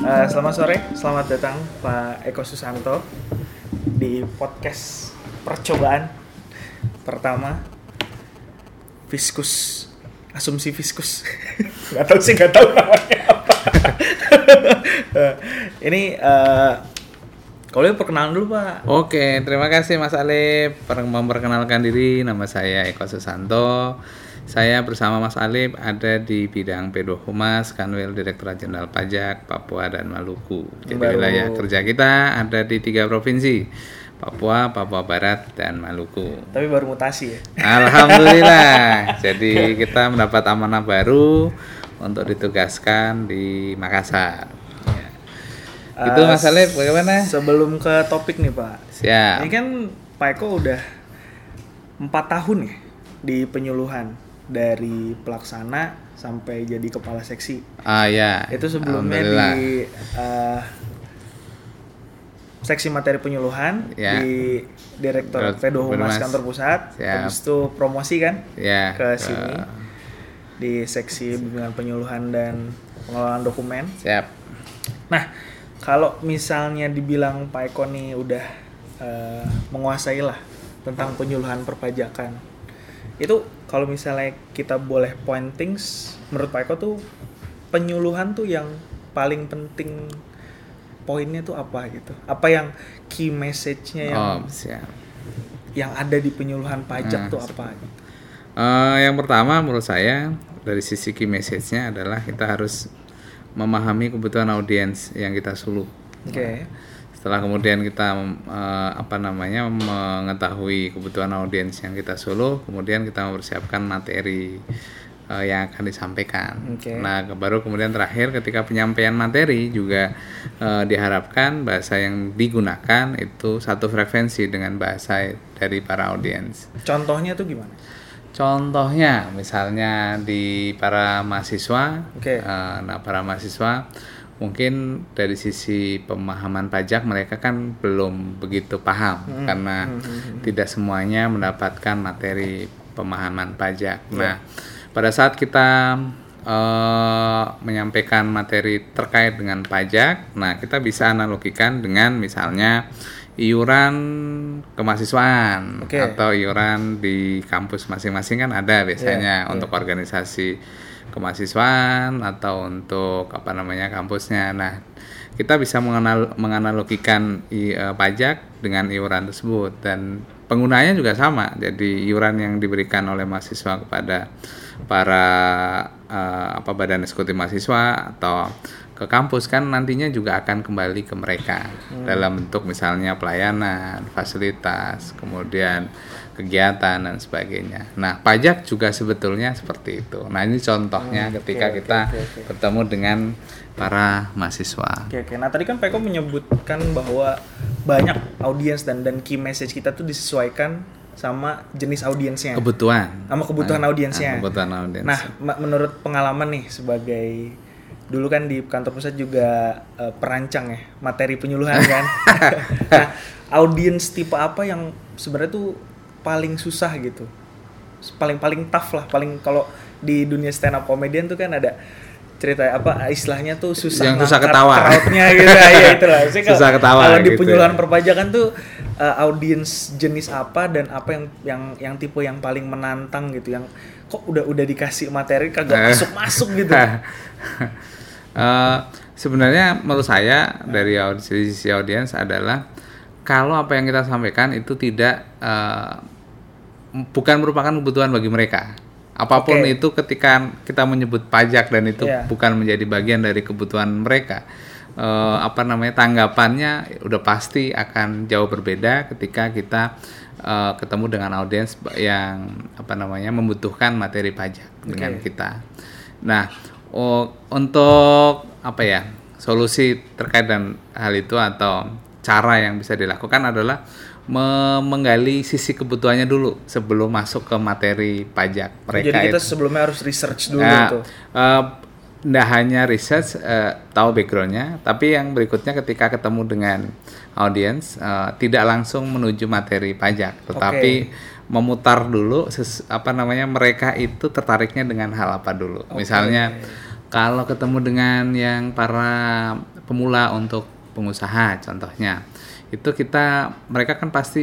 Selamat sore, selamat datang Pak Eko Susanto di podcast percobaan pertama Fiskus, asumsi Fiskus. Nggak tahu namanya apa. Ini kalau perkenalan dulu Pak. Oke, terima kasih Mas Alif memperkenalkan diri. Nama saya Eko Susanto. Saya bersama Mas Alif ada di bidang P2 Humas, Kanwil Direktorat Jenderal Pajak, Papua dan Maluku. Jadi wilayah kerja kita ada di 3 provinsi, Papua, Papua Barat, dan Maluku. Tapi baru mutasi ya? Alhamdulillah. Jadi kita mendapat amanah baru untuk ditugaskan di Makassar. Itu Mas Alif, bagaimana? Sebelum ke topik nih Pak. Siap. Ini kan Pak Eko udah 4 tahun ya di penyuluhan. Dari pelaksana sampai jadi kepala seksi. Ya. Itu sebelumnya di seksi materi penyuluhan ya. Di Direktur P2 Humas Kantor Pusat. Siap. Habis itu promosi kan ya, ke sini di seksi bimbingan penyuluhan dan pengelolaan dokumen. Siap. Nah, kalau misalnya dibilang Pak Eko nih udah menguasai lah tentang penyuluhan perpajakan, itu kalau misalnya kita boleh pointings, menurut Pak Eko tuh penyuluhan tuh yang paling penting poinnya tuh apa gitu? Apa yang key message-nya yang ada di penyuluhan pajak tuh apa? Gitu? Yang pertama menurut saya dari sisi key message-nya adalah kita harus memahami kebutuhan audiens yang kita suluh. Oke. Setelah kemudian kita mengetahui kebutuhan audiens yang kita suluh, kemudian kita mempersiapkan materi yang akan disampaikan. Okay. Nah, baru kemudian terakhir ketika penyampaian materi juga diharapkan bahasa yang digunakan itu satu frekuensi dengan bahasa dari para audiens. Contohnya tuh gimana? Contohnya misalnya di para mahasiswa, para mahasiswa mungkin dari sisi pemahaman pajak mereka kan belum begitu paham karena tidak semuanya mendapatkan materi pemahaman pajak. Nah, pada saat kita menyampaikan materi terkait dengan pajak, nah kita bisa analogikan dengan misalnya iuran kemahasiswaan atau iuran di kampus masing-masing kan ada biasanya untuk organisasi kemahasiswaan atau untuk kampusnya. Nah, kita bisa menganalogikan pajak dengan iuran tersebut dan penggunaannya juga sama. Jadi iuran yang diberikan oleh mahasiswa kepada para badan eksekutif mahasiswa atau ke kampus kan nantinya juga akan kembali ke mereka dalam bentuk misalnya pelayanan, fasilitas, kemudian kegiatan dan sebagainya. Nah, pajak juga sebetulnya seperti itu. Nah, ini contohnya ketika kita bertemu dengan para mahasiswa. Nah, tadi kan Pak Eko menyebutkan bahwa banyak audiens dan key message kita tuh disesuaikan sama jenis audiensnya. Sama kebutuhan audiensnya. Nah, menurut pengalaman nih sebagai dulu kan di kantor pusat juga perancang ya materi penyuluhan kan. Nah, audiens tipe apa yang sebenarnya tuh paling susah gitu, paling tough lah, paling kalau di dunia stand up comedian tuh kan ada cerita istilahnya tuh susah ketawa crowd-nya gitu ya itulah. Susah ketawa. Kalau di penyuluhan perpajakan tuh audiens jenis apa dan apa yang tipe yang paling menantang gitu, yang kok udah dikasih materi kagak masuk gitu. Sebenarnya menurut saya dari sisi audiens adalah kalau apa yang kita sampaikan itu bukan merupakan kebutuhan bagi mereka. Apapun itu ketika kita menyebut pajak dan itu bukan menjadi bagian dari kebutuhan mereka, tanggapannya udah pasti akan jauh berbeda ketika kita ketemu dengan audiens yang membutuhkan materi pajak dengan kita. Nah, untuk solusi terkait dengan hal itu atau cara yang bisa dilakukan adalah menggali sisi kebutuhannya dulu sebelum masuk ke materi pajak mereka. Jadi kita sebelumnya harus research dulu tuh. Nggak hanya research, tahu backgroundnya, tapi yang berikutnya ketika ketemu dengan audiens tidak langsung menuju materi pajak, tetapi memutar dulu mereka itu tertariknya dengan hal apa dulu. Misalnya kalau ketemu dengan yang para pemula, untuk pengusaha contohnya. Itu mereka kan pasti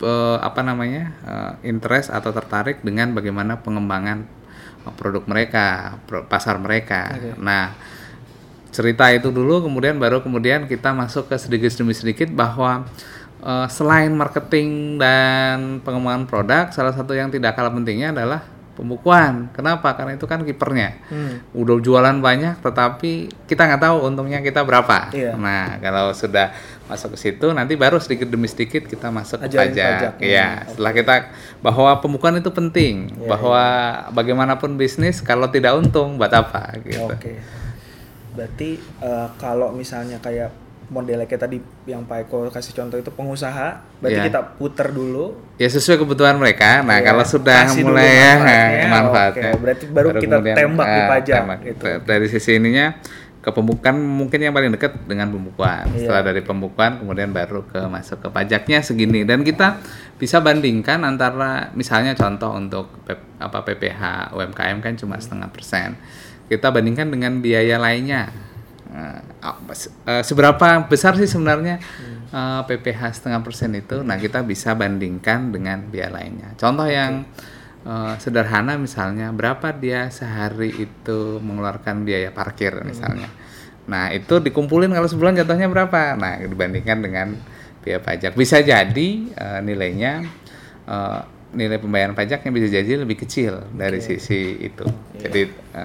interest atau tertarik dengan bagaimana pengembangan produk mereka, pasar mereka. Okay. Nah, cerita itu dulu, baru kemudian kita masuk ke sedikit demi sedikit bahwa selain marketing dan pengembangan produk, salah satu yang tidak kalah pentingnya adalah pembukuan. Kenapa? Karena itu kan kipernya. Udah jualan banyak, tetapi kita nggak tahu untungnya kita berapa. Yeah. Nah, kalau sudah masuk ke situ, nanti baru sedikit demi sedikit kita masuk ke pajak. Ya, setelah kita bahwa pembukuan itu penting, bahwa bagaimanapun bisnis kalau tidak untung buat apa? Gitu. Oke. Berarti kalau misalnya kayak modelnya kayak tadi yang Pak Eko kasih contoh itu pengusaha, berarti kita puter dulu. Ya sesuai kebutuhan mereka. Nah kalau sudah mulai manfaatnya, berarti baru kita tembak di pajak. Gitu. Dari sisi ininya ke pembukuan mungkin yang paling dekat dengan pembukuan. Setelah dari pembukuan kemudian baru masuk ke pajaknya segini, dan kita bisa bandingkan antara misalnya contoh untuk PPH UMKM kan cuma 0,5%. Kita bandingkan dengan biaya lainnya. Seberapa besar sih sebenarnya PPH 0,5% itu? Nah kita bisa bandingkan dengan biaya lainnya. Contoh yang sederhana misalnya, berapa dia sehari itu mengeluarkan biaya parkir misalnya. Nah itu dikumpulin kalau sebulan jatuhnya berapa? Nah dibandingkan dengan biaya pajak, bisa jadi nilainya nilai pembayaran pajaknya bisa jadi lebih kecil dari sisi itu. Jadi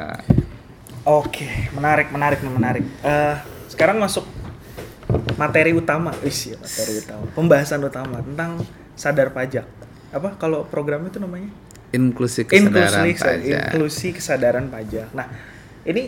Oke, menarik. Sekarang masuk materi utama, pembahasan utama tentang sadar pajak. Apa kalau program itu namanya? Inklusi kesadaran pajak. Nah, ini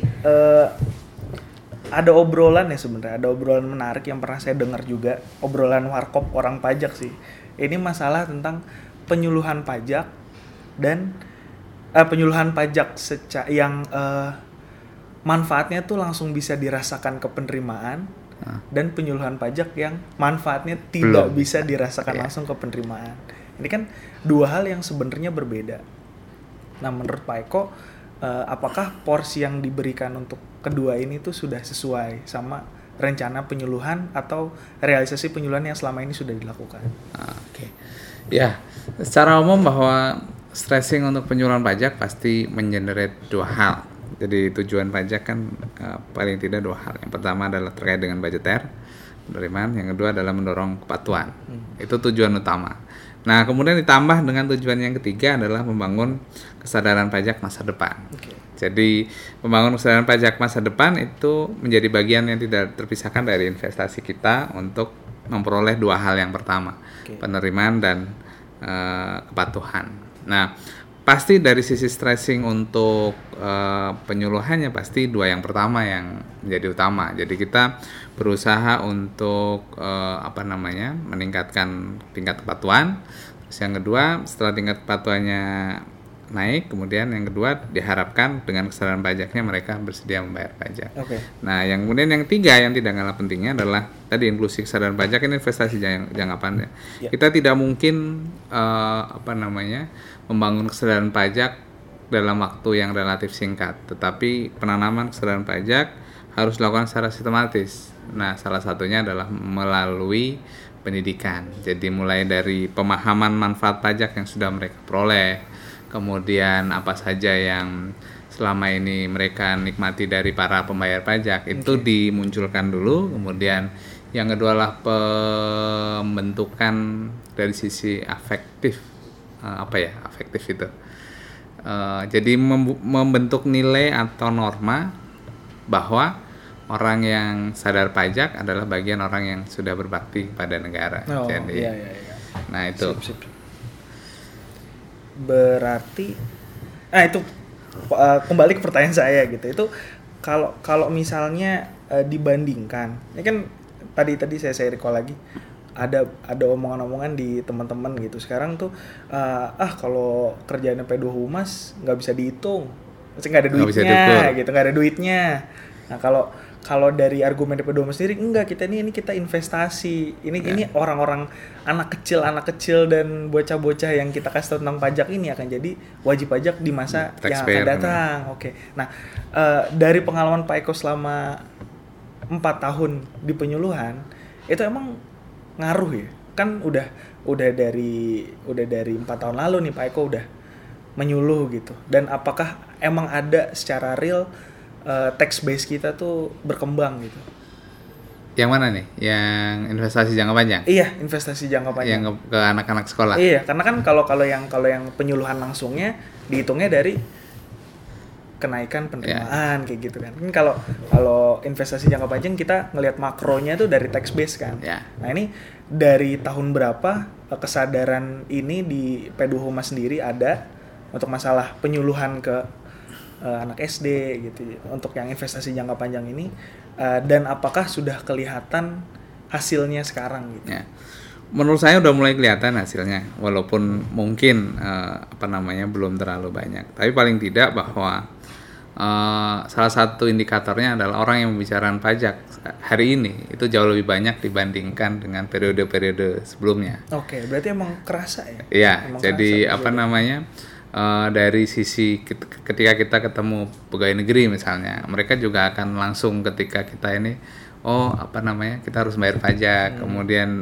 ada obrolan ya sebenarnya, ada obrolan menarik yang pernah saya dengar juga, obrolan warkop orang pajak sih. Ini masalah tentang penyuluhan pajak dan penyuluhan pajak yang manfaatnya tuh langsung bisa dirasakan ke penerimaan, dan penyuluhan pajak yang manfaatnya tidak bisa dirasakan langsung ke penerimaan. Ini kan dua hal yang sebenarnya berbeda. Nah menurut Pak Eko, apakah porsi yang diberikan untuk kedua ini tuh sudah sesuai sama rencana penyuluhan atau realisasi penyuluhan yang selama ini sudah dilakukan? Oke. Ya, secara umum bahwa stressing untuk penyuluhan pajak pasti mengenerate dua hal. Jadi tujuan pajak kan paling tidak dua hal. Yang pertama adalah terkait dengan budgeter, penerimaan. Yang kedua adalah mendorong kepatuhan. Itu tujuan utama. Nah kemudian ditambah dengan tujuan yang ketiga adalah membangun kesadaran pajak masa depan. Jadi membangun kesadaran pajak masa depan itu menjadi bagian yang tidak terpisahkan dari investasi kita untuk memperoleh dua hal yang pertama, penerimaan dan kepatuhan. Nah pasti dari sisi stressing untuk penyuluhannya pasti dua yang pertama yang menjadi utama. Jadi kita berusaha untuk meningkatkan tingkat kepatuhan. Terus yang kedua, setelah tingkat kepatuhannya naik, kemudian yang kedua diharapkan dengan kesadaran pajaknya mereka bersedia membayar pajak. Nah, yang kemudian yang tiga yang tidak kalah pentingnya adalah tadi inklusi kesadaran pajak, ini investasi jangka panjang. Kita tidak mungkin membangun kesadaran pajak dalam waktu yang relatif singkat, tetapi penanaman kesadaran pajak harus dilakukan secara sistematis. Nah, salah satunya adalah melalui pendidikan. Jadi mulai dari pemahaman manfaat pajak yang sudah mereka peroleh, kemudian apa saja yang selama ini mereka nikmati dari para pembayar pajak, itu dimunculkan dulu. Kemudian yang kedua adalah pembentukan dari sisi afektif. Afektif itu. Jadi membentuk nilai atau norma bahwa orang yang sadar pajak adalah bagian orang yang sudah berbakti pada negara. Nah itu. Sip. Berarti, itu kembali ke pertanyaan saya gitu. Itu kalau misalnya dibandingkan, ini kan tadi saya recall lagi. Ada omongan-omongan di teman-teman gitu. Sekarang tuh kalau kerjaannya P2 Humas nggak bisa dihitung, nggak ada duitnya gitu, nggak ada duitnya. Nah kalau dari argumen P2 Humas sendiri, enggak, kita ini kita investasi. Ini orang-orang anak kecil dan bocah-bocah yang kita kasih tahu tentang pajak ini akan jadi wajib pajak di masa yang akan datang. Nah dari pengalaman Pak Eko selama 4 tahun di penyuluhan itu emang ngaruh ya? Kan udah dari 4 tahun lalu nih Pak Eko udah menyuluh gitu. Dan apakah emang ada secara real tax base kita tuh berkembang gitu? Yang mana nih? Yang investasi jangka panjang? Iya, investasi jangka panjang. Yang ke anak-anak sekolah. Iya, karena kan kalau yang penyuluhan langsungnya dihitungnya dari kenaikan penerimaan kayak gitu kan. Kan kalau investasi jangka panjang kita ngelihat makronya tuh dari tax base kan. Ya. Nah, ini dari tahun berapa kesadaran ini di P2 Humas sendiri ada untuk masalah penyuluhan ke anak SD gitu untuk yang investasi jangka panjang ini, dan apakah sudah kelihatan hasilnya sekarang gitu? Ya. Menurut saya udah mulai kelihatan hasilnya, walaupun mungkin belum terlalu banyak. Tapi paling tidak bahwa salah satu indikatornya adalah orang yang membicarakan pajak hari ini itu jauh lebih banyak dibandingkan dengan periode-periode sebelumnya. Oke, berarti emang kerasa ya? Iya, jadi dari sisi ketika kita ketemu pegawai negeri misalnya, mereka juga akan langsung ketika kita ini kita harus bayar pajak, kemudian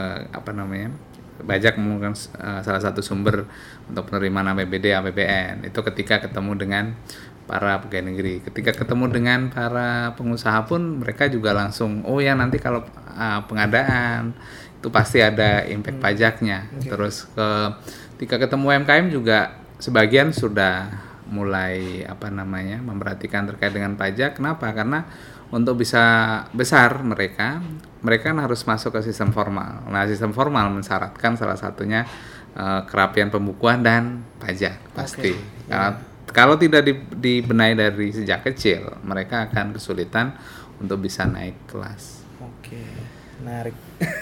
pajak merupakan salah satu sumber untuk penerimaan APBD, APBN. Itu ketika ketemu dengan para pegawai negeri. Ketika ketemu dengan para pengusaha pun mereka juga langsung nanti kalau pengadaan itu pasti ada impact pajaknya. Terus ketika ketemu UMKM juga sebagian sudah mulai memperhatikan terkait dengan pajak. Kenapa? Karena untuk bisa besar mereka kan harus masuk ke sistem formal. Nah, sistem formal mensyaratkan salah satunya kerapian pembukuan dan pajak pasti. Kalau tidak dibenahi dari sejak kecil, mereka akan kesulitan untuk bisa naik kelas. Oke, menarik.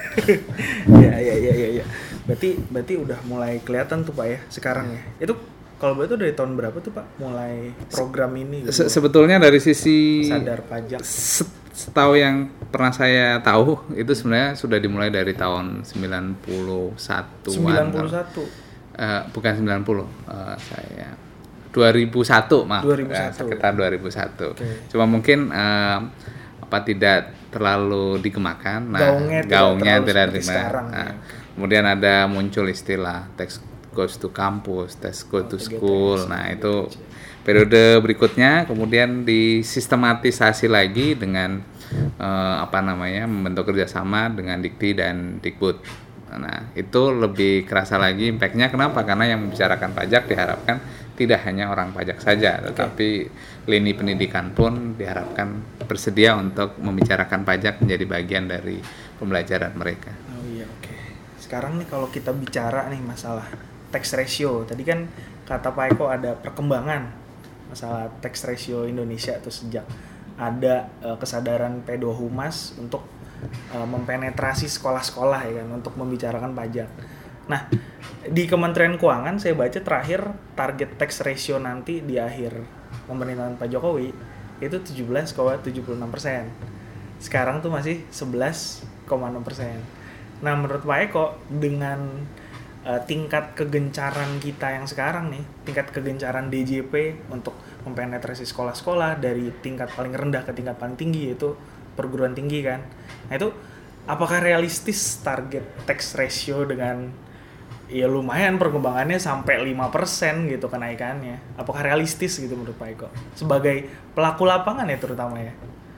Ya. Berarti udah mulai kelihatan tuh Pak ya sekarang ya. Itu kalau itu dari tahun berapa tuh Pak mulai program ini? Gitu? Sebetulnya dari sisi sadar pajak. Setahu yang pernah saya tahu itu sebenarnya sudah dimulai dari tahun 91-an. 91? Bukan 90, saya 2001 maaf. 2001. Sekitar 2001. Okay. Cuma mungkin tidak terlalu digemakan. Gaungnya tidak digemakan. Kemudian ada muncul istilah tax goes to campus, tax go to school. Nah, itu periode berikutnya kemudian disistematisasi lagi dengan membentuk kerjasama dengan Dikti dan Dikbud. Nah, itu lebih kerasa lagi impact-nya. Kenapa? Karena yang membicarakan pajak diharapkan tidak hanya orang pajak saja, tetapi lini pendidikan pun diharapkan bersedia untuk membicarakan pajak menjadi bagian dari pembelajaran mereka. Oh iya, oke. Sekarang nih kalau kita bicara nih masalah tax ratio, tadi kan kata Pak Eko ada perkembangan masalah tax ratio Indonesia tuh sejak ada kesadaran P2 Humas untuk mempenetrasi sekolah-sekolah ya kan untuk membicarakan pajak. Nah, di Kementerian Keuangan saya baca terakhir target tax ratio nanti di akhir pemerintahan Pak Jokowi itu 17,76%. Sekarang tuh masih 11,6%. Nah, menurut Pak Eko dengan tingkat kegencaran kita yang sekarang nih, tingkat kegencaran DJP untuk mempenetrasi sekolah-sekolah dari tingkat paling rendah ke tingkat paling tinggi yaitu perguruan tinggi kan. Nah, itu apakah realistis target tax ratio dengan ya lumayan perkembangannya sampai 5% gitu kenaikannya. Apakah realistis gitu menurut Pak Eko? Sebagai pelaku lapangan ya terutama ya.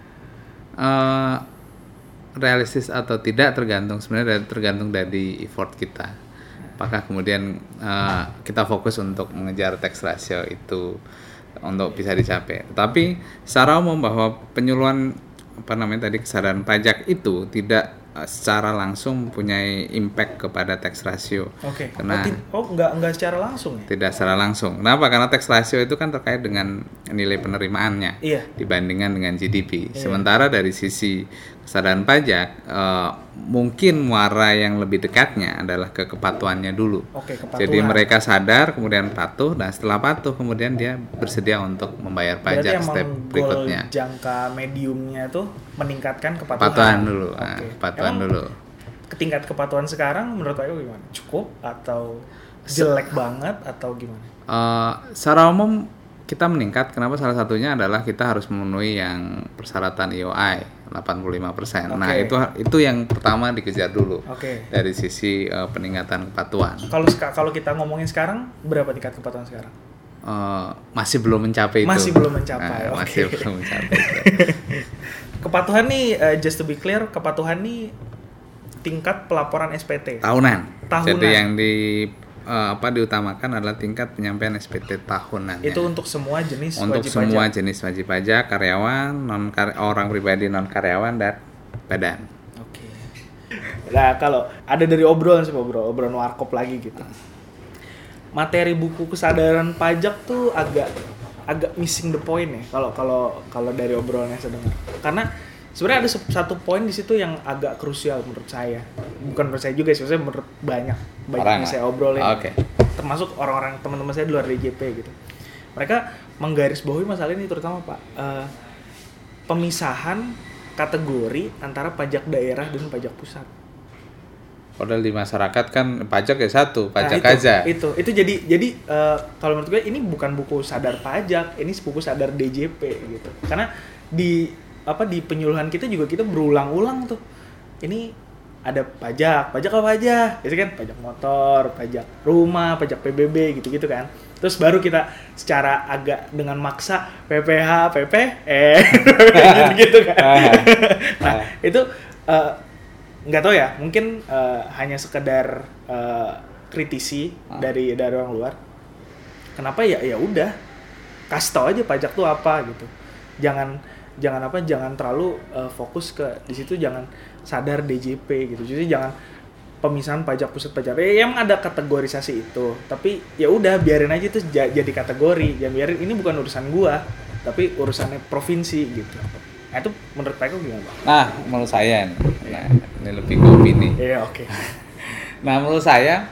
Realistis atau tidak tergantung dari effort kita. Apakah kemudian kita fokus untuk mengejar tax ratio itu untuk bisa dicapai. Tapi secara umum bahwa penyuluhan kesadaran pajak itu tidak secara langsung mempunyai impact kepada tax ratio. Oke. Karena enggak secara langsung ya? Tidak secara langsung. Kenapa? Karena tax ratio itu kan terkait dengan nilai penerimaannya dibandingkan dengan GDP. Sementara dari sisi kesadaran pajak mungkin muara yang lebih dekatnya adalah ke kepatuhannya dulu. Kepatuhan. Jadi mereka sadar kemudian patuh, dan setelah patuh kemudian dia bersedia untuk membayar pajak step berikutnya. Berarti jangka mediumnya tuh meningkatkan kepatuhan. Kepatuhan dulu. Kepatuhan dulu. Tingkat kepatuhan sekarang menurut aku gimana? Cukup atau jelek banget atau gimana? Secara umum kita meningkat, kenapa salah satunya adalah kita harus memenuhi yang persyaratan IOI 85%. Okay. Nah, itu yang pertama dikejar dulu. Dari sisi peningkatan kepatuhan. Kalau kita ngomongin sekarang, berapa tingkat kepatuhan sekarang? Masih belum mencapai itu. Masih belum mencapai. Masih belum mencapai. Kepatuhan nih, just to be clear, kepatuhan nih tingkat pelaporan SPT tahunan. Jadi yang diutamakan adalah tingkat penyampaian SPT tahunan. Itu untuk semua jenis untuk wajib semua pajak. Jenis wajib pajak, karyawan, orang pribadi non karyawan dan badan. Oke. Nah, kalau ada dari obrolan warkop lagi gitu. Materi buku kesadaran pajak tuh agak missing the point ya kalau dari obrolan yang saya dengar. Karena sebenarnya ada satu poin di situ yang agak krusial menurut saya. Bukan menurut saya juga sih, maksudnya menurut banyak yang saya obrolin. Termasuk orang-orang teman-teman saya di luar DJP gitu. Mereka menggarisbawahi masalah ini terutama Pak. Pemisahan kategori antara pajak daerah dan pajak pusat. Padahal di masyarakat kan pajak ya satu, pajak aja. Itu jadi kalau menurut gue ini bukan buku sadar pajak, ini buku sadar DJP gitu. Karena di penyuluhan kita juga kita berulang-ulang tuh. Ini ada pajak apa aja? Gitu kan, pajak motor, pajak rumah, pajak PBB gitu-gitu kan. Terus baru kita secara agak dengan maksa PPH, gitu kan. Nah, itu nggak tahu ya, mungkin hanya sekedar kritisi dari orang luar. Kenapa ya udah kasih tau aja pajak tuh apa gitu. Jangan terlalu fokus ke di situ, jangan sadar DJP gitu. Jadi jangan pemisahan pajak pusat pajak. Emang ada kategorisasi itu, tapi ya udah biarin aja itu jadi kategori. Jangan biarin ini bukan urusan gua, tapi urusannya provinsi gitu. Nah, itu menurut Pak Eko gimana? Nah, menurut saya ini lebih ke opini. Iya, oke. Nah, menurut saya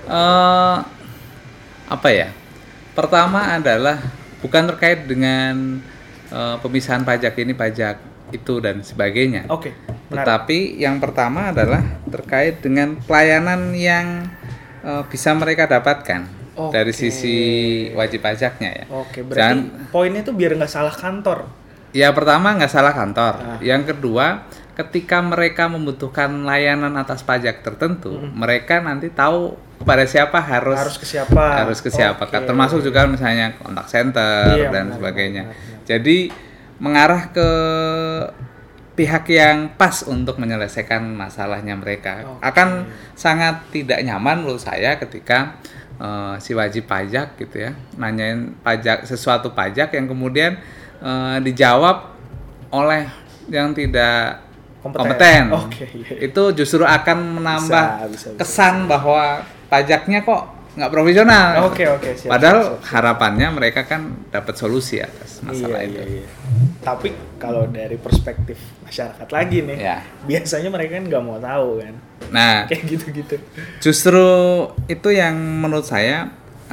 pertama adalah bukan terkait dengan pemisahan pajak ini, pajak itu dan sebagainya. Oke. Tetapi yang pertama adalah terkait dengan pelayanan yang bisa mereka dapatkan dari sisi wajib pajaknya ya. Oke, berarti poinnya itu biar nggak salah kantor. Ya, pertama nggak salah kantor. Yang kedua, ketika mereka membutuhkan layanan atas pajak tertentu, mereka nanti tahu kepada siapa harus ke siapa. Termasuk juga misalnya kontak center dan sebagainya. Jadi mengarah ke pihak yang pas untuk menyelesaikan masalahnya mereka. Akan sangat tidak nyaman menurut saya ketika si wajib pajak gitu ya nanyain sesuatu pajak yang kemudian dijawab oleh yang tidak kompeten. Itu justru akan menambah kesan bahwa pajaknya kok nggak profesional. Siap, Padahal harapannya mereka kan dapat solusi atas masalah itu. Iya. Tapi kalau dari perspektif masyarakat lagi nih, biasanya mereka kan nggak mau tahu kan. Nah, kayak gitu-gitu. Justru itu yang menurut saya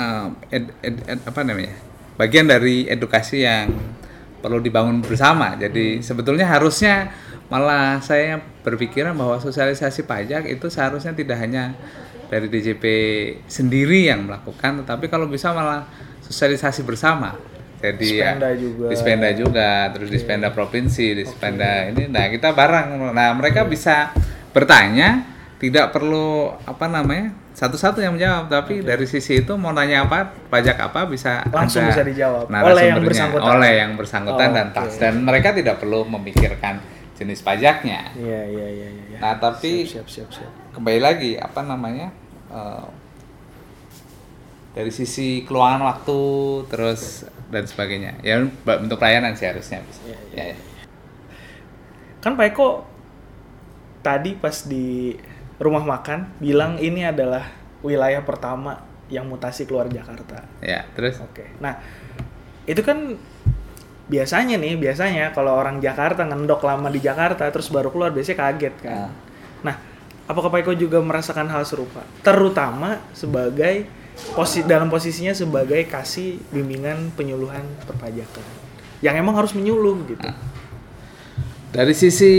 bagian dari edukasi yang perlu dibangun bersama. Jadi sebetulnya harusnya malah saya berpikiran bahwa sosialisasi pajak itu seharusnya tidak hanya dari DJP sendiri yang melakukan, tetapi kalau bisa malah sosialisasi bersama. Jadi Dispenda juga, terus Dispenda provinsi, Dispenda ini. Nah, kita bareng. Nah, mereka bisa bertanya, tidak perlu satu-satu yang menjawab, tapi dari sisi itu mau nanya apa, pajak apa bisa langsung bisa dijawab oleh yang bersangkutan dan tas. Dan mereka tidak perlu memikirkan jenis pajaknya. Iya. Nah, tapi siap. Kembali lagi dari sisi keluangan waktu terus dan sebagainya. Ya bentuk pelayanan sih harusnya bisa. Ya. Kan Pak Eko tadi pas di rumah makan bilang ini adalah wilayah pertama yang mutasi keluar Jakarta. Ya, terus? Nah, itu kan biasanya kalau orang Jakarta ngendok lama di Jakarta terus baru keluar biasanya kaget kan. Nah, apakah Pak Eko juga merasakan hal serupa? Terutama sebagai dalam posisinya sebagai kasih bimbingan penyuluhan perpajakan yang emang harus menyuluh gitu. Dari sisi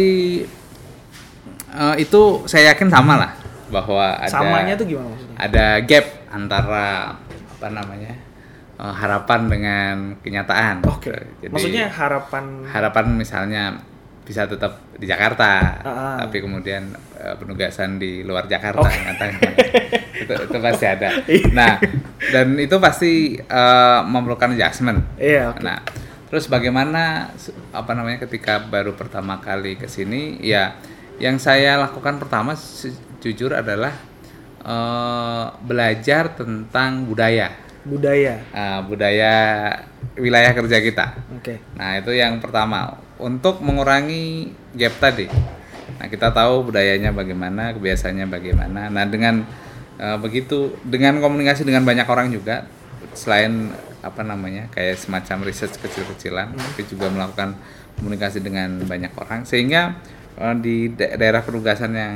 itu saya yakin sama lah, bahwa ada samanya tuh gimana maksudnya? Ada gap antara harapan dengan kenyataan. Oke. Jadi, maksudnya harapan misalnya bisa tetap di Jakarta, tapi kemudian penugasan di luar Jakarta, itu pasti ada. Nah, dan itu pasti memerlukan adjustment. Iya. Okay. Nah, terus bagaimana ketika baru pertama kali ke sini, ya yang saya lakukan pertama jujur adalah belajar tentang budaya wilayah kerja kita. Oke. Nah, itu yang pertama untuk mengurangi gap tadi. Nah, kita tahu budayanya bagaimana, kebiasaannya bagaimana. Nah, dengan begitu, dengan komunikasi dengan banyak orang juga, selain kayak semacam riset kecil-kecilan, tapi juga melakukan komunikasi dengan banyak orang, sehingga di daerah penugasan yang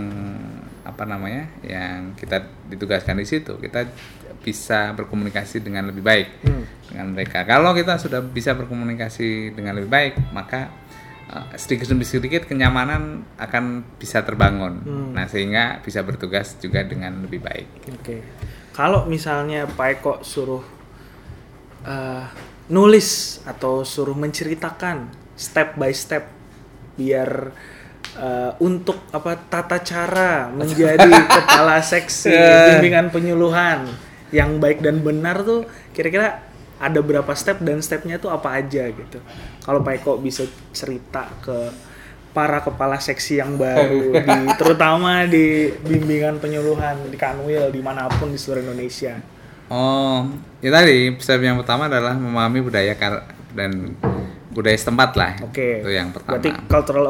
yang kita ditugaskan di situ, kita bisa berkomunikasi dengan lebih baik dengan mereka. Kalau kita sudah bisa berkomunikasi dengan lebih baik, maka sedikit demi sedikit kenyamanan akan bisa terbangun. Nah, sehingga bisa bertugas juga dengan lebih baik. Oke. Kalau misalnya Pak Eko suruh nulis atau suruh menceritakan step by step biar untuk tata cara menjadi kepala seksi bimbingan penyuluhan yang baik dan benar tuh, kira-kira ada berapa step dan stepnya tuh apa aja gitu. Kalau Pak Eko bisa cerita ke para kepala seksi yang baru terutama di bimbingan penyuluhan di Kanwil dimanapun di seluruh Indonesia. Ya tadi step yang pertama adalah memahami budaya dan budaya setempat lah. Oke. Itu yang pertama. Berarti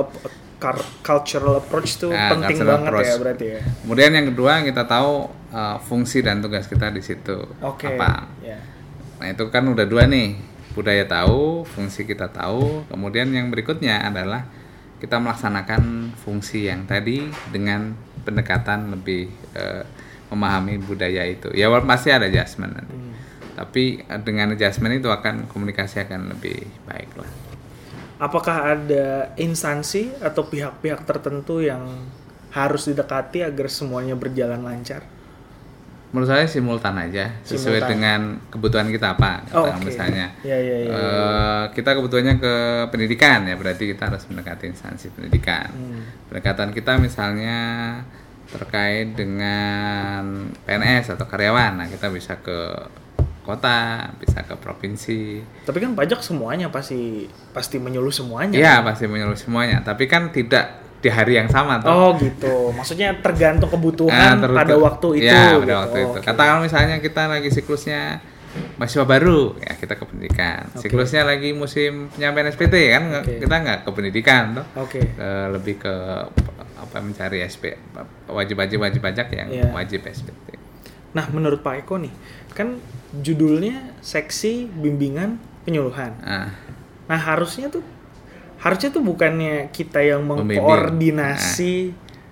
cultural approach itu penting banget approach. Ya berarti ya. Kemudian yang kedua, kita tahu fungsi dan tugas kita di situ. Apa. Yeah. Nah, itu kan udah dua nih, budaya tahu, fungsi kita tahu. Kemudian yang berikutnya adalah kita melaksanakan fungsi yang tadi dengan pendekatan lebih memahami budaya itu. Ya pasti ada adjustment nanti. Tapi dengan adjustment itu komunikasi akan lebih baik lah. Apakah ada instansi atau pihak-pihak tertentu yang harus didekati agar semuanya berjalan lancar? Menurut saya simultan aja, sesuai dengan kebutuhan kita apa. Misalnya, kita kebutuhannya ke pendidikan, ya berarti kita harus mendekati instansi pendidikan. Pendekatan kita misalnya terkait dengan PNS atau karyawan, nah kita bisa ke kota, bisa ke provinsi. Tapi kan pajak semuanya pasti menyuluh semuanya. Iya, pasti menyuluh semuanya. Tapi kan tidak di hari yang sama tuh. Oh gitu. Maksudnya tergantung kebutuhan pada waktu itu. Iya, pada waktu itu. Katakan misalnya kita lagi siklusnya mahasiswa baru, ya kita ke pendidikan. Siklusnya lagi musim penyampaian SPT kan, kita nggak ke pendidikan tuh. Lebih ke mencari SP, wajib pajak yang wajib SPT. Nah, menurut Pak Eko nih, kan judulnya seksi bimbingan penyuluhan. Nah, harusnya tuh bukannya kita yang mengkoordinasi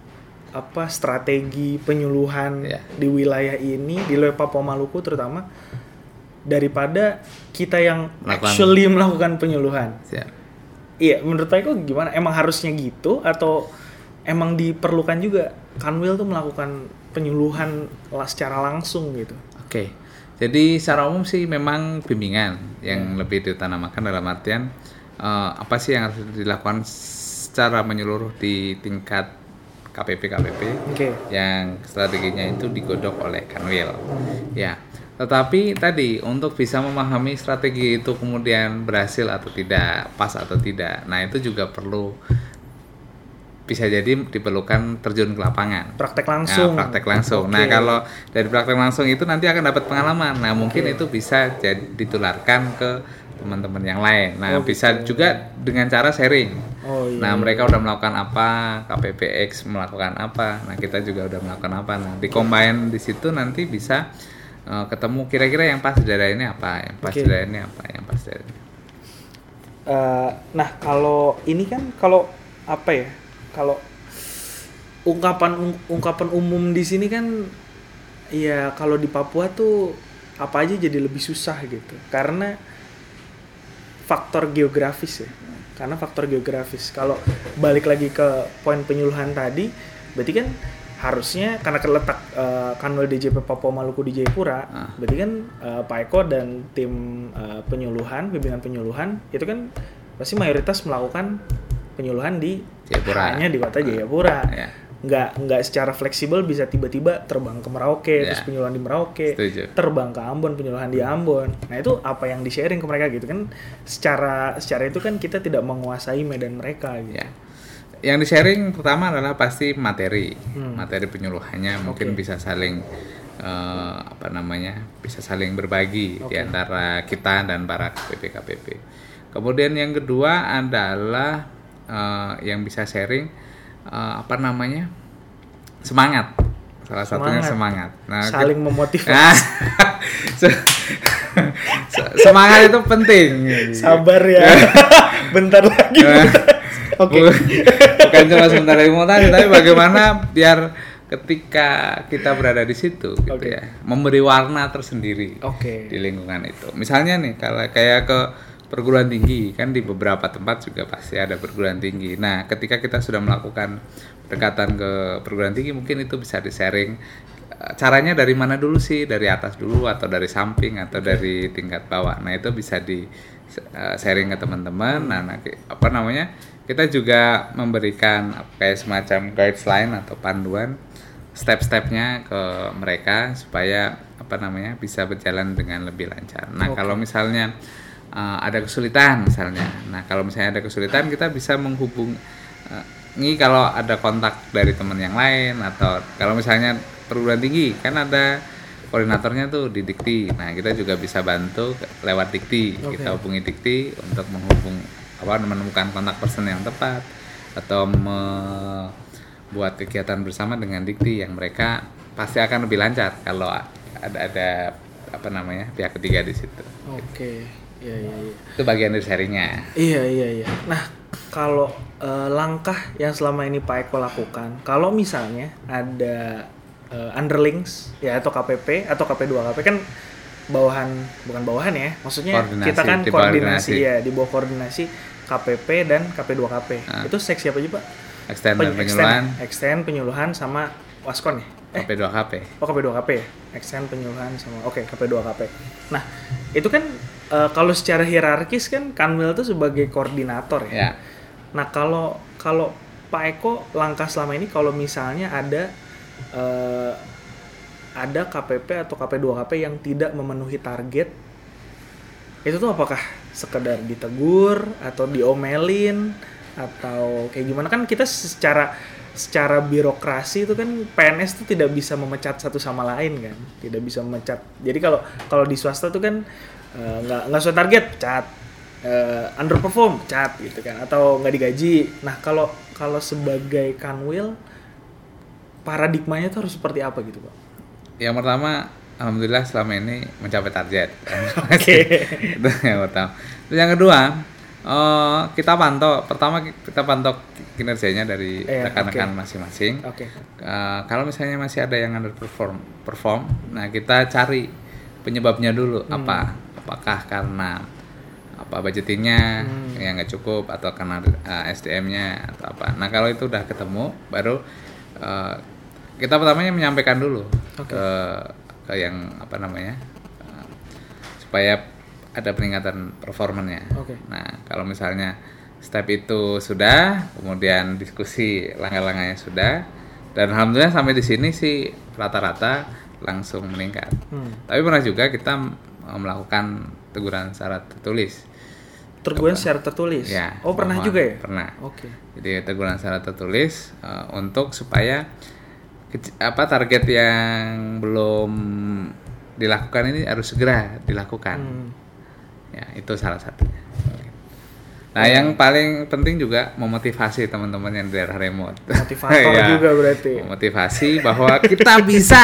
strategi penyuluhan di wilayah ini, di wilayah Papua Maluku terutama, daripada kita yang actually melakukan penyuluhan. Iya, menurut Pak Eko gimana? Emang harusnya gitu atau emang diperlukan juga Kanwil tuh melakukan penyuluhan secara langsung gitu? Oke. Jadi secara umum sih memang bimbingan yang lebih diutamakan dalam artian apa sih yang harus dilakukan secara menyeluruh di tingkat KPP yang strateginya itu digodok oleh Kanwil. Ya. Tetapi tadi untuk bisa memahami strategi itu kemudian berhasil atau tidak, pas atau tidak. Nah, itu juga perlu, bisa jadi diperlukan terjun ke lapangan. Praktek langsung. Nah, kalau dari praktek langsung itu nanti akan dapat pengalaman. Nah, mungkin itu bisa ditularkan ke teman-teman yang lain. Nah, bisa juga dengan cara sharing. Nah, mereka udah melakukan apa, KPPX melakukan apa. Nah, kita juga udah melakukan apa. Nah, di-combine di situ nanti bisa ketemu kira-kira yang pas di daerah ini apa, yang pas di daerah ini apa, yang pas di daerah ini. Nah, kalau ini kan kalau ungkapan umum di sini kan ya kalau di Papua tuh apa aja jadi lebih susah gitu karena faktor geografis ya. Kalau balik lagi ke poin penyuluhan tadi, berarti kan harusnya karena terletak Kanwil DJP Papua Maluku di Jayapura, berarti kan Pak Eko dan tim pimpinan penyuluhan itu kan pasti mayoritas melakukan penyuluhan di Jayapura. Hanya di kota Jayapura. Ya. Nggak secara fleksibel bisa tiba-tiba terbang ke Merauke, terus penyuluhan di Merauke, terbang ke Ambon, penyuluhan di Ambon. Nah itu apa yang di-sharing ke mereka gitu kan? Secara itu kan kita tidak menguasai medan mereka gitu. Ya. Yang di-sharing pertama adalah pasti materi penyuluhannya mungkin bisa saling bisa saling berbagi di antara kita dan para KPP. Kemudian yang kedua adalah yang bisa sharing semangat. Salah satunya semangat. Nah, saling memotivasi. Semangat itu penting. Sabar ya. Bentar lagi. Bukan cuma sebentar lagi motivasi, tapi bagaimana biar ketika kita berada di situ gitu ya, memberi warna tersendiri di lingkungan itu. Misalnya nih kalau kayak ke perguruan tinggi kan di beberapa tempat juga pasti ada perguruan tinggi. Nah, ketika kita sudah melakukan pendekatan ke perguruan tinggi mungkin itu bisa di-sharing caranya dari mana dulu sih, dari atas dulu atau dari samping atau dari tingkat bawah. Nah, itu bisa di-sharing ke teman-teman. Nah, kita juga memberikan kayak semacam guideline atau panduan step-stepnya ke mereka supaya bisa berjalan dengan lebih lancar. Nah, kalau misalnya ada kesulitan misalnya. Nah, kalau misalnya ada kesulitan kita bisa menghubungi kalau ada kontak dari teman yang lain atau kalau misalnya perguruan tinggi kan ada koordinatornya tuh di Dikti. Nah, kita juga bisa bantu lewat Dikti. Kita hubungi Dikti untuk menemukan kontak person yang tepat atau membuat kegiatan bersama dengan Dikti yang mereka pasti akan lebih lancar kalau ada pihak ketiga di situ. Iya. Itu bagian dari sharingnya. Iya. Nah, kalau langkah yang selama ini Pak Eko lakukan, kalau misalnya ada underlings ya atau KPP atau KP2KP kan bukan bawahan ya, maksudnya kita kan koordinasi ya, di bawah koordinasi KPP dan KP2KP. Itu seksi apa aja Pak? Extend penyuluhan sama Waskon ya? KP2KP. KP2KP ya? Extend penyuluhan sama KP2KP. Nah, itu kan kalau secara hierarkis kan Kanwil itu sebagai koordinator ya. Nah, kalau Pak Eko langkah selama ini kalau misalnya ada KPP atau KP2KP yang tidak memenuhi target, itu tuh apakah sekedar ditegur atau diomelin atau kayak gimana? Kan kita secara birokrasi itu kan PNS itu tidak bisa memecat satu sama lain kan, tidak bisa memecat. Jadi kalau di swasta tuh kan nggak sesuai target, cat, underperform, cat gitu kan, atau nggak digaji. Nah kalau sebagai Kanwil paradigmanya itu harus seperti apa gitu Pak? Yang pertama, alhamdulillah selama ini mencapai target. Itu yang pertama. Terus yang kedua, kita pantau kinerjanya dari rekan-rekan masing-masing. Kalau misalnya masih ada yang underperform, nah kita cari penyebabnya dulu apakah karena budgetingnya yang nggak cukup atau karena SDM-nya atau apa. Nah kalau itu udah ketemu, baru kita pertamanya menyampaikan dulu ke yang supaya ada peningkatan performanya. Nah, kalau misalnya step itu sudah, kemudian diskusi langkah-langkahnya sudah, dan alhamdulillah sampai di sini sih rata-rata langsung meningkat. Tapi pernah juga kita melakukan teguran secara tertulis. Teguran secara tertulis? Ya. Pernah juga ya? Pernah. Jadi teguran secara tertulis untuk supaya target yang belum dilakukan ini harus segera dilakukan. Ya, itu salah satunya. Nah, yang paling penting juga memotivasi teman-teman yang di daerah remote. Motivator juga berarti. Memotivasi bahwa kita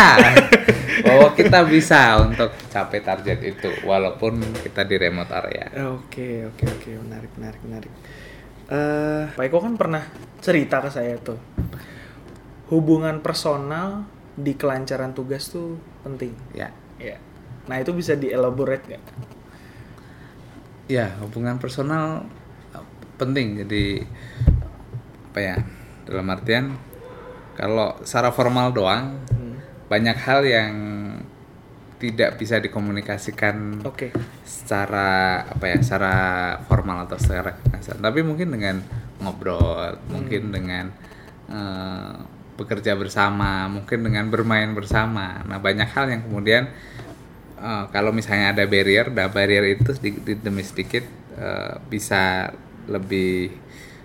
bisa untuk capai target itu walaupun kita di remote area. Oke, menarik. Pak Eko kan pernah cerita ke saya tuh. Hubungan personal di kelancaran tugas tuh penting. Ya. Nah, itu bisa dielaborate nggak? Ya, hubungan personal penting. Jadi dalam artian Kalau secara formal doang, banyak hal yang tidak bisa dikomunikasikan secara secara formal atau secara kekerasan. Tapi mungkin dengan ngobrol, mungkin dengan bekerja bersama, mungkin dengan bermain bersama. Nah, banyak hal yang kemudian kalau misalnya ada barrier, itu sedikit demi sedikit bisa lebih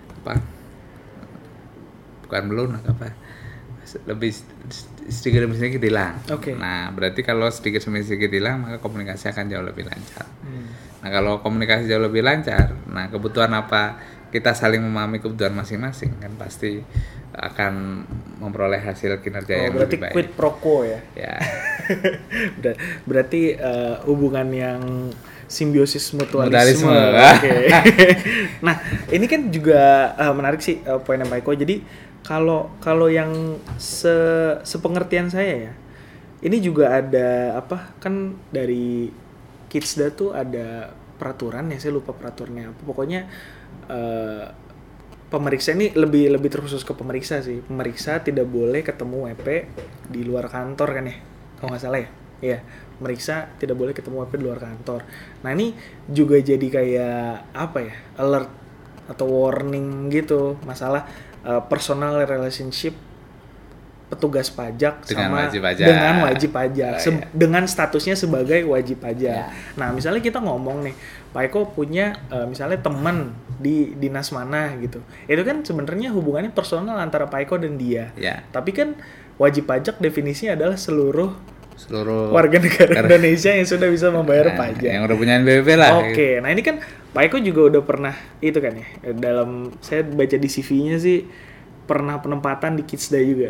bukan melunak lebih sedikit demi sedikit hilang. Nah, berarti kalau sedikit demi sedikit hilang, maka komunikasi akan jauh lebih lancar. Nah, kalau komunikasi jauh lebih lancar, nah kebutuhan apa, kita saling memahami kebutuhan masing-masing, kan pasti akan memperoleh hasil kinerja yang lebih baik. Berarti quid pro quo ya? Ya. Berarti hubungan yang simbiosis mutualisme. Nah, ini kan juga menarik sih poinnya Pak Eko. Jadi kalau yang sepengertian saya ya, ini juga ada kan dari Kidsda tuh ada peraturan ya, saya lupa peraturannya apa. Pokoknya pemeriksa ini lebih terkhusus ke pemeriksa sih. Pemeriksa tidak boleh ketemu WP di luar kantor kan ya, kalau nggak salah ya. Iya, pemeriksa tidak boleh ketemu WP di luar kantor. Nah, ini juga jadi kayak alert atau warning gitu, masalah personal relationship petugas pajak dengan wajib pajak dengan statusnya sebagai wajib pajak. Nah, misalnya kita ngomong nih, Pak Eko punya misalnya teman di dinas mana gitu. Itu kan sebenarnya hubungannya personal antara Pak Eko dan dia. Tapi kan wajib pajak definisinya adalah seluruh warga negara Indonesia yang sudah bisa membayar pajak. Yang udah punya NPWP lah. Nah ini kan Pak Eko juga udah pernah itu kan ya, dalam saya baca di CV-nya sih pernah penempatan di Kidsda juga.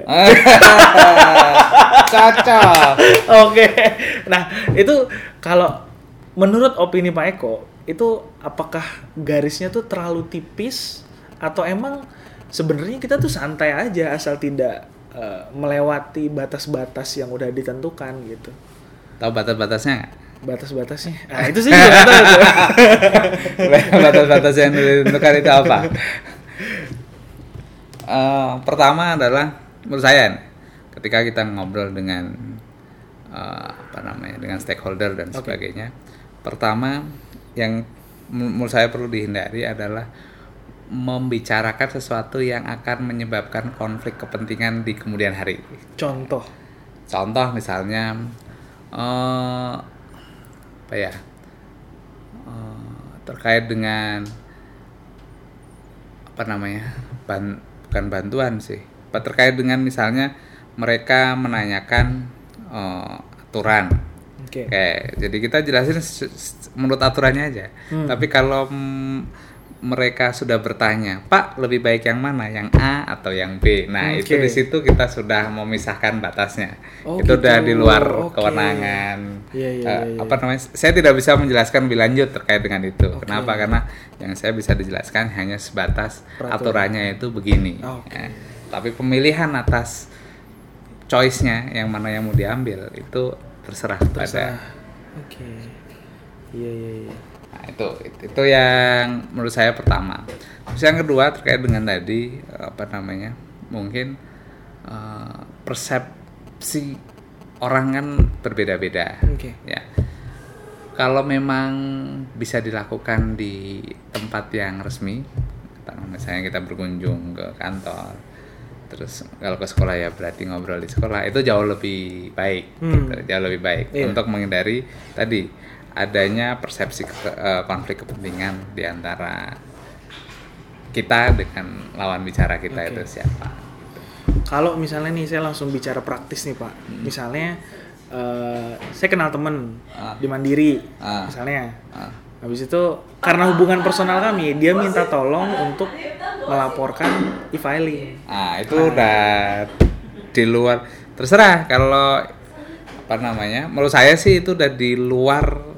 Cocok. Nah itu kalau menurut opini Pak Eko, itu apakah garisnya tuh terlalu tipis atau emang sebenarnya kita tuh santai aja asal tidak melewati batas-batas yang udah ditentukan gitu? Tahu batas-batasnya nggak? Batas-batasnya? Nah itu sih juga tahu tuh. Batas-batas yang ditentukan itu apa? Pertama adalah menurut saya, ketika kita ngobrol dengan dengan stakeholder dan sebagainya, pertama yang menurut saya perlu dihindari adalah membicarakan sesuatu yang akan menyebabkan konflik kepentingan di kemudian hari. Contoh misalnya terkait dengan bukan bantuan sih, terkait dengan misalnya mereka menanyakan aturan. Jadi kita jelasin menurut aturannya aja. Tapi kalau mereka sudah bertanya, Pak lebih baik yang mana, yang A atau yang B? Nah itu di situ kita sudah memisahkan batasnya. Itu udah di luar kewenangan. Saya tidak bisa menjelaskan lebih lanjut terkait dengan itu. Kenapa? Karena yang saya bisa dijelaskan hanya sebatas aturannya itu begini. Tapi pemilihan atas choice-nya yang mana yang mau diambil itu terserah pada. Nah, itu yang menurut saya pertama. Terus yang kedua terkait dengan tadi mungkin persepsi orang kan berbeda-beda. Ya. Kalau memang bisa dilakukan di tempat yang resmi, misalnya kita berkunjung ke kantor, terus kalau ke sekolah ya berarti ngobrol di sekolah, itu jauh lebih baik, jauh lebih baik untuk menghindari tadi adanya persepsi konflik kepentingan di antara kita dengan lawan bicara kita itu siapa. Kalau misalnya nih saya langsung bicara praktis nih Pak, misalnya saya kenal temen di Mandiri misalnya, habis itu karena hubungan personal kami, dia minta tolong untuk melaporkan e-filing. Itu udah di luar, terserah. Kalau menurut saya sih itu udah di luar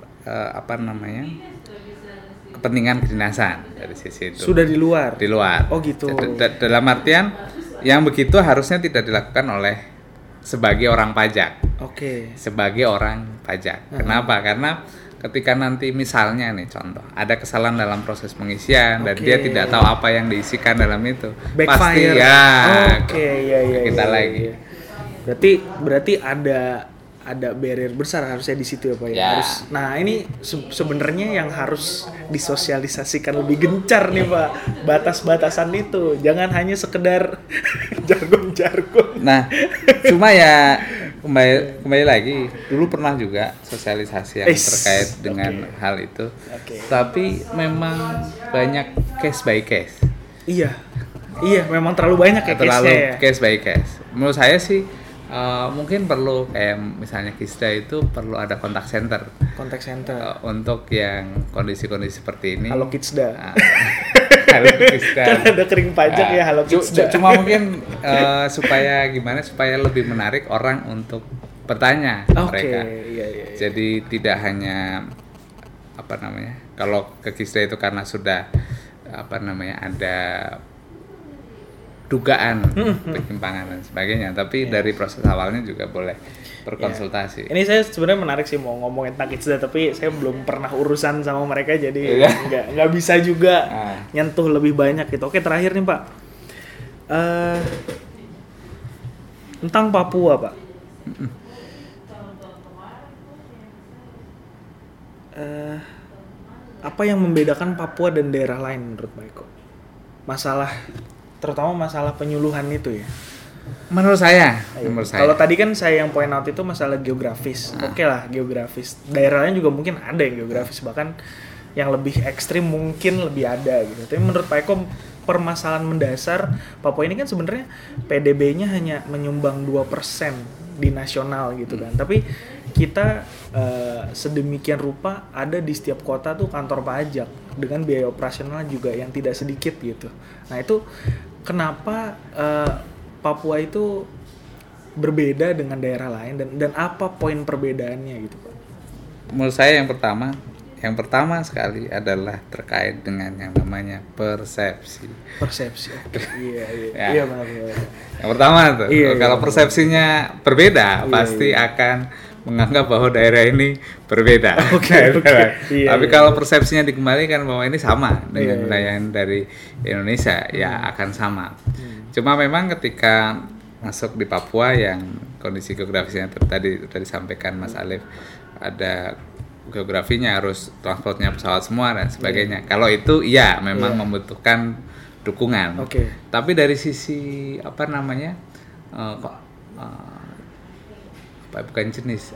kepentingan kedinasan dari sisi itu. Sudah di luar. Oh gitu. Dalam artian yang begitu harusnya tidak dilakukan oleh sebagai orang pajak. Sebagai orang pajak. Kenapa? Karena ketika nanti misalnya nih contoh ada kesalahan dalam proses pengisian dan dia tidak tahu apa yang diisikan dalam itu, backfire. Pasti ya. Iya. Kita lagi. Berarti ada barrier besar harusnya di situ ya Pak ya. Nah ini sebenarnya yang harus disosialisasikan lebih gencar nih Pak, batas-batasan itu, jangan hanya sekedar jargon-jargon. Nah cuma ya kembali lagi, dulu pernah juga sosialisasi yang terkait dengan hal itu, tapi memang banyak case by case. Iya memang terlalu banyak ya case-nya ya. Case by case. Menurut saya sih mungkin perlu kayak misalnya Kisda itu perlu ada kontak center untuk yang kondisi-kondisi seperti ini. Halo Kisda. Halo Kisda. Kan ada kering pajak ya Halo Kisda. Cuma mungkin supaya lebih menarik orang untuk bertanya mereka. Iya. Jadi tidak hanya kalau ke Kisda itu karena sudah ada dugaan penyimpangan dan sebagainya, tapi dari proses awalnya juga boleh berkonsultasi. Ini saya sebenarnya menarik sih mau ngomongin tentang Kisda, tapi saya belum pernah urusan sama mereka, jadi nggak bisa juga nyentuh lebih banyak gitu. Oke, terakhir nih Pak, tentang Papua Pak. Apa yang membedakan Papua dan daerah lain menurut Pak Eko? Terutama masalah penyuluhan itu ya. Menurut saya. Kalau tadi kan saya yang point out itu masalah geografis. Oke lah, geografis. Daerahnya juga mungkin ada yang geografis, bahkan yang lebih ekstrim mungkin lebih ada gitu. Tapi menurut Pak Eko, permasalahan mendasar Papua ini kan sebenarnya PDB-nya hanya menyumbang 2% di nasional gitu kan. Tapi kita sedemikian rupa ada di setiap kota tuh kantor pajak dengan biaya operasional juga yang tidak sedikit gitu. Nah itu kenapa Papua itu berbeda dengan daerah lain dan apa poin perbedaannya gitu Pak? Menurut saya yang pertama sekali adalah terkait dengan yang namanya persepsi. Iya benar. Yang pertama tuh, kalau persepsinya berbeda pasti akan menganggap bahwa daerah ini berbeda. Tapi kalau persepsinya dikembalikan bahwa ini sama dengan wilayah dari Indonesia, ya akan sama. Cuma memang ketika masuk di Papua yang kondisi geografisnya tadi disampaikan Mas Alif, ada geografinya harus transportnya pesawat semua dan sebagainya. Kalau itu memang membutuhkan dukungan. Tapi dari sisi bukan jenis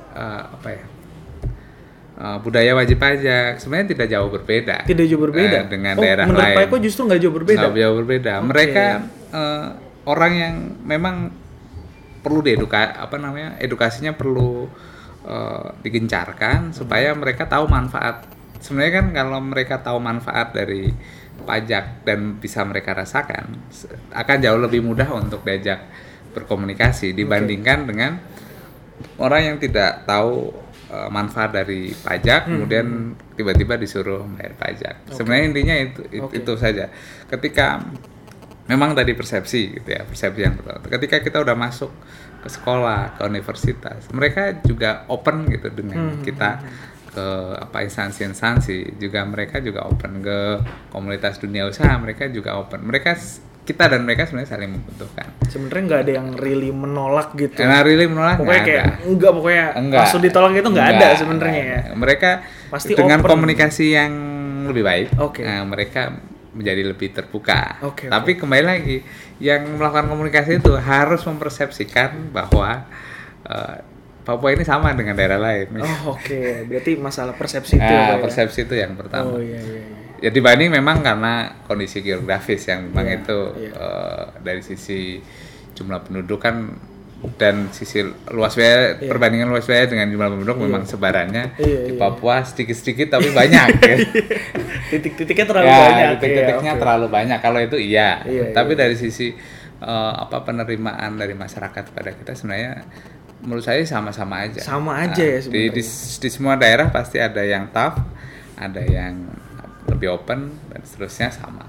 budaya wajib pajak sebenarnya tidak jauh berbeda dengan daerah lain. Menurut Pak Eko justru nggak jauh berbeda. Mereka orang yang memang perlu edukasinya perlu digencarkan supaya mereka tahu manfaat. Sebenarnya kan kalau mereka tahu manfaat dari pajak dan bisa mereka rasakan, akan jauh lebih mudah untuk diajak berkomunikasi dibandingkan dengan orang yang tidak tahu manfaat dari pajak kemudian tiba-tiba disuruh bayar pajak. Sebenarnya intinya itu saja. Ketika memang tadi persepsi gitu ya, persepsi yang pertama. Ketika kita udah masuk ke sekolah, ke universitas, mereka juga open gitu dengan kita ke instansi-instansi, juga mereka juga open ke komunitas dunia usaha, mereka juga open. Kita dan mereka sebenarnya saling membutuhkan. Sebenarnya nggak ada yang really menolak gitu. Pokoknya langsung ditolak itu nggak ada sebenarnya ya. Mereka pasti dengan open. Komunikasi yang lebih baik. Mereka menjadi lebih terbuka. Tapi kembali lagi, yang melakukan komunikasi itu harus mempersepsikan bahwa Papua ini sama dengan daerah lain. Berarti masalah persepsi itu. Persepsi itu yang pertama. Ya dibanding memang karena kondisi geografis yang memang itu dari sisi jumlah penduduk kan dan sisi luas wilayah, perbandingan luas wilayah dengan jumlah penduduk memang sebarannya di Papua sedikit-sedikit tapi banyak ya. Titik-titiknya terlalu banyak. Titik-titiknya terlalu banyak. Kalau itu tapi dari sisi penerimaan dari masyarakat pada kita sebenarnya menurut saya sama-sama aja. Sama aja ya sebenarnya. Di semua daerah pasti ada yang tough, ada yang lebih open dan seterusnya sama.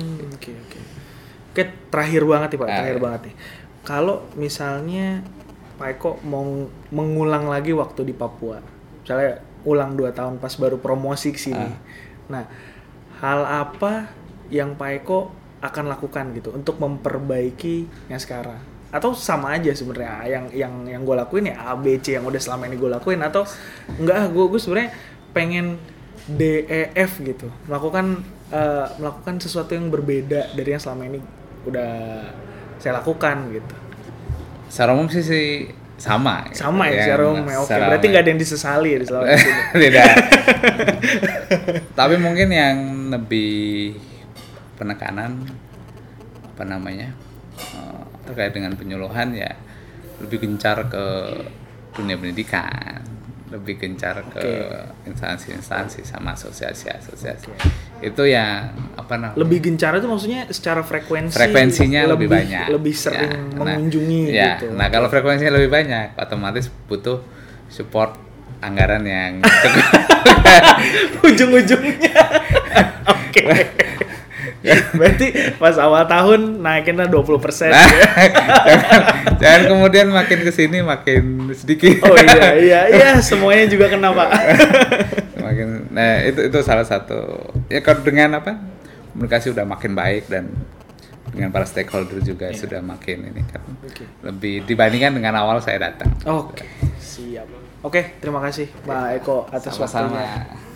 Oke, terakhir banget nih Pak, terakhir banget nih. Kalau misalnya Pak Eko mau mengulang lagi waktu di Papua, misalnya ulang 2 tahun pas baru promosi ke sini. Nah, hal apa yang Pak Eko akan lakukan gitu untuk memperbaiki yang sekarang? Atau sama aja sebenarnya yang gue lakuin ya A B C yang udah selama ini gue lakuin, atau enggak, gue sebenarnya pengen D E F gitu, melakukan sesuatu yang berbeda dari yang selama ini udah saya lakukan gitu. Secara umum sih sama ya secara umum. Oke, berarti nggak ada yang disesali di selama ini. Tidak. Tapi mungkin yang lebih penekanan terkait dengan penyuluhan ya lebih gencar ke dunia pendidikan, lebih gencar ke instansi-instansi sama asosiasi. Itu yang lebih gencar itu maksudnya secara frekuensinya lebih banyak, lebih sering mengunjungi gitu. Nah, kalau frekuensinya lebih banyak otomatis butuh support anggaran yang ujung-ujungnya. Oke. Berarti pas awal tahun naikinnya 20%. Nah, jangan kemudian makin kesini makin sedikit. Oh iya, semuanya juga kena, Pak. Nah, itu salah satu. Ya kalau dengan komunikasi udah makin baik dan dengan para stakeholder juga sudah makin ini kan. Lebih dibandingkan dengan awal saya datang. Oke, siap. Oke, terima kasih Pak Eko atas waktunya.